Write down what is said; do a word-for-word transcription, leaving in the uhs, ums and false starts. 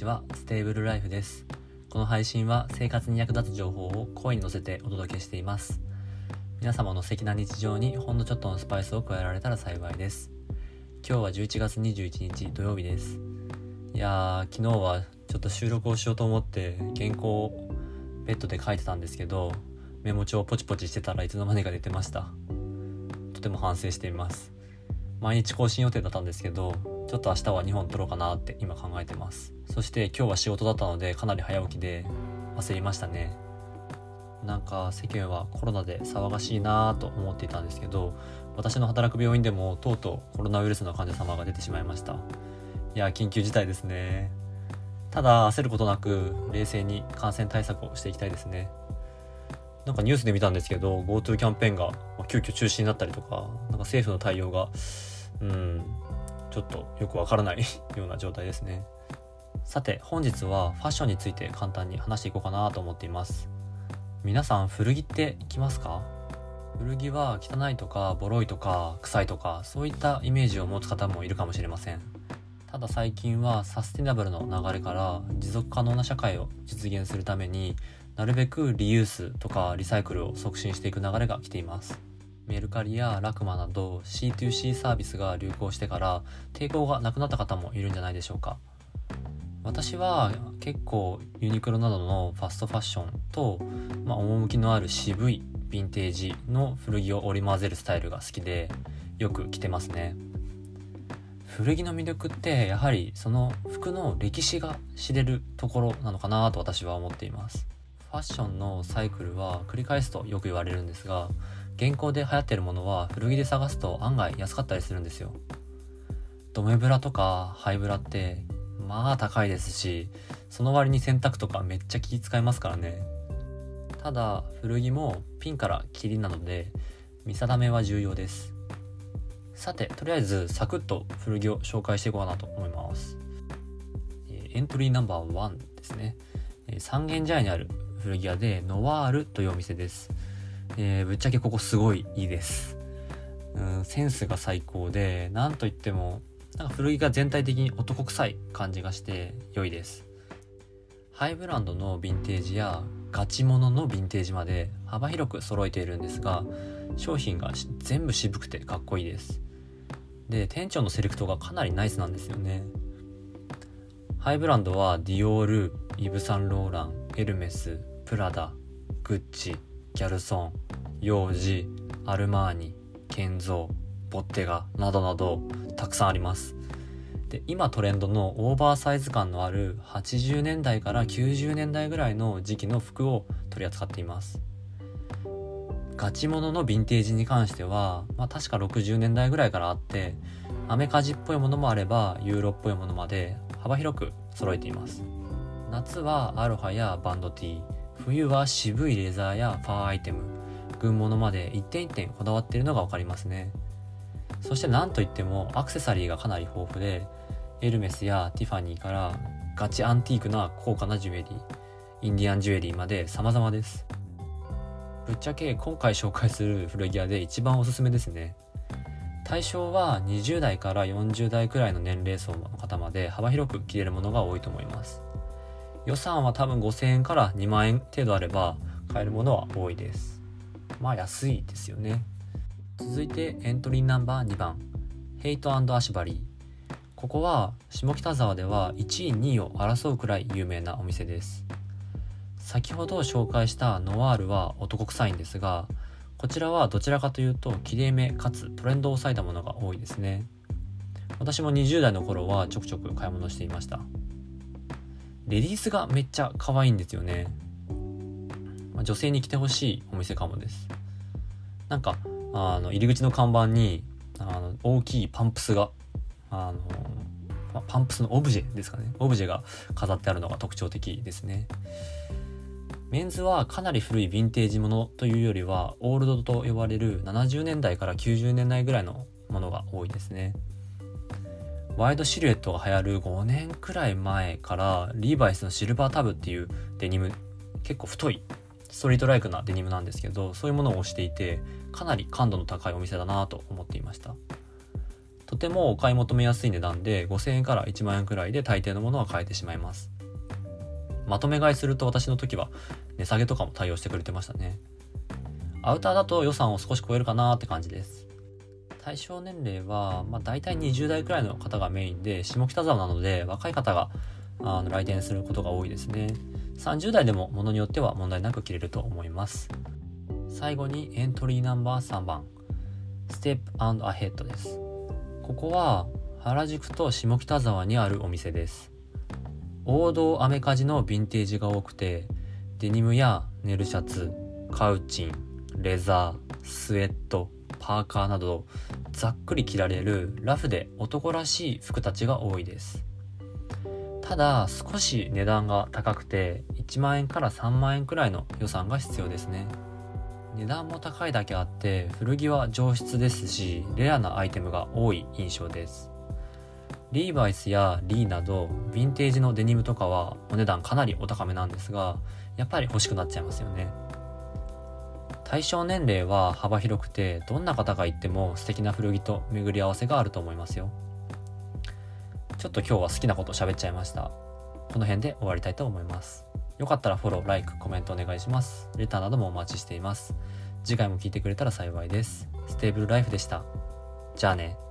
ちは、ステーブルライフです。この配信は生活に役立つ情報を声に乗せてお届けしています。皆様の素敵な日常にほんのちょっとのスパイスを加えられたら幸いです。今日はじゅういちがつにじゅういちにち土曜日です。いやー、昨日はちょっと収録をしようと思って原稿をベッドで書いてたんですけど、メモ帳をポチポチしてたらいつの間にか寝てました。とても反省しています。毎日更新予定だったんですけど、ちょっと明日はにほん撮ろうかなって今考えてます。そして今日は仕事だったのでかなり早起きで焦りましたね。なんか世間はコロナで騒がしいなと思っていたんですけど、私の働く病院でもとうとうコロナウイルスの患者様が出てしまいました。いや緊急事態ですね。ただ焦ることなく冷静に感染対策をしていきたいですね。なんかニュースで見たんですけど GoTo キャンペーンが急遽中止になったりとか、なんか政府の対応がうんちょっとよくわからないような状態ですね。さて本日はファッションについて簡単に話していこうかなと思っています。皆さん古着って着ますか？古着は汚いとかボロいとか臭いとかそういったイメージを持つ方もいるかもしれません。ただ最近はサスティナブルの流れから持続可能な社会を実現するためになるべくリユースとかリサイクルを促進していく流れが来ています。メルカリやラクマなど シーツーシー サービスが流行してから抵抗がなくなった方もいるんじゃないでしょうか。私は結構ユニクロなどのファストファッションと、まあ、趣のある渋いヴィンテージの古着を織り交ぜるスタイルが好きでよく着てますね。古着の魅力ってやはりその服の歴史が知れるところなのかなと私は思っています。ファッションのサイクルは繰り返すとよく言われるんですが、現行で流行っているものは古着で探すと案外安かったりするんですよ。ドメブラとかハイブラってまあ高いですし、その割に洗濯とかめっちゃ気使いますからね。ただ古着もピンからキリなので見定めは重要です。さてとりあえずサクッと古着を紹介していこうかなと思います。エントリーナンバーワンですね。三軒茶屋にある古着屋でノワールというお店です。えー、ぶっちゃけここすごいいいです。うん、センスが最高で、なんといってもなんか古着が全体的に男臭い感じがして良いです。ハイブランドのヴィンテージやガチモノのヴィンテージまで幅広く揃えているんですが、商品が全部渋くてかっこいいです。で、店長のセレクトがかなりナイスなんですよね。ハイブランドはディオール、イヴ・サンローラン、エルメス、プラダ、グッチ、ギャルソン、ヨージ、アルマーニ、ケンゾー、ボッテガなどなどたくさんあります。で、今トレンドのオーバーサイズ感のあるはちじゅうねんだいからきゅうじゅうねんだいぐらいの時期の服を取り扱っています。ガチモノのヴィンテージに関しては、まあ、確かろくじゅうねんだいぐらいからあって、アメカジっぽいものもあればユーロっぽいものまで幅広く揃えています。夏はアロハやバンドティー、冬は渋いレザーやファーアイテム、軍物まで一点一点こだわっているのが分かりますね。そしてなんといってもアクセサリーがかなり豊富で、エルメスやティファニーからガチアンティークな高価なジュエリー、インディアンジュエリーまで様々です。ぶっちゃけ今回紹介する古着屋で一番おすすめですね。対象はにじゅうだいからよんじゅうだいくらいの年齢層の方まで幅広く着れるものが多いと思います。予算は多分ごせんえんからにまんえん程度あれば買えるものは多いです。まあ安いですよね。続いてエントリーナンバーにばん、ヘイト&アシュバリー。ここは下北沢ではいちいにいを争うくらい有名なお店です。先ほど紹介したノワールは男臭いんですが、こちらはどちらかというときれいめかつトレンドを抑えたものが多いですね。私もにじゅうだいの頃はちょくちょく買い物していました。レディースがめっちゃ可愛いんですよね。女性に来てほしいお店かもです。なんかあの入り口の看板にあの大きいパンプスがあのパンプスのオブジェですかねオブジェが飾ってあるのが特徴的ですね。メンズはかなり古いヴィンテージものというよりはオールドと呼ばれるななじゅうねんだいからきゅうじゅうねんだいぐらいのものが多いですね。ワイドシルエットが流行るごねんくらい前からリーバイスのシルバータブっていうデニム、結構太いストリートライクなデニムなんですけど、そういうものを推していてかなり感度の高いお店だなと思っていました。とてもお買い求めやすい値段でごせんえんからいちまんえんくらいで大抵のものは買えてしまいます。 まとめ買いすると私の時は値下げとかも対応してくれてましたね。アウターだと予算を少し超えるかなって感じです。対象年齢は、まあ、大体にじゅう代くらいの方がメインで、下北沢なので若い方があの来店することが多いですね。さんじゅう代でもものによっては問題なく着れると思います。最後にエントリーナンバーさんばん、ステップ&アヘッドです。ここは原宿と下北沢にあるお店です。王道アメカジのヴィンテージが多くて、デニムやネルシャツ、カウチン、レザー、スウェット、パーカーなどざっくり着られるラフで男らしい服たちが多いです。ただ少し値段が高くていちまん円からさんまん円くらいの予算が必要ですね。値段も高いだけあって古着は上質ですし、レアなアイテムが多い印象です。リーバイスやリーなどヴィンテージのデニムとかはお値段かなりお高めなんですが、やっぱり欲しくなっちゃいますよね。対象年齢は幅広くて、どんな方が行っても素敵な古着と巡り合わせがあると思いますよ。ちょっと今日は好きなこと喋っちゃいました。この辺で終わりたいと思います。よかったらフォロー、ライク、コメントお願いします。レターなどもお待ちしています。次回も聞いてくれたら幸いです。ステーブルライフでした。じゃあね。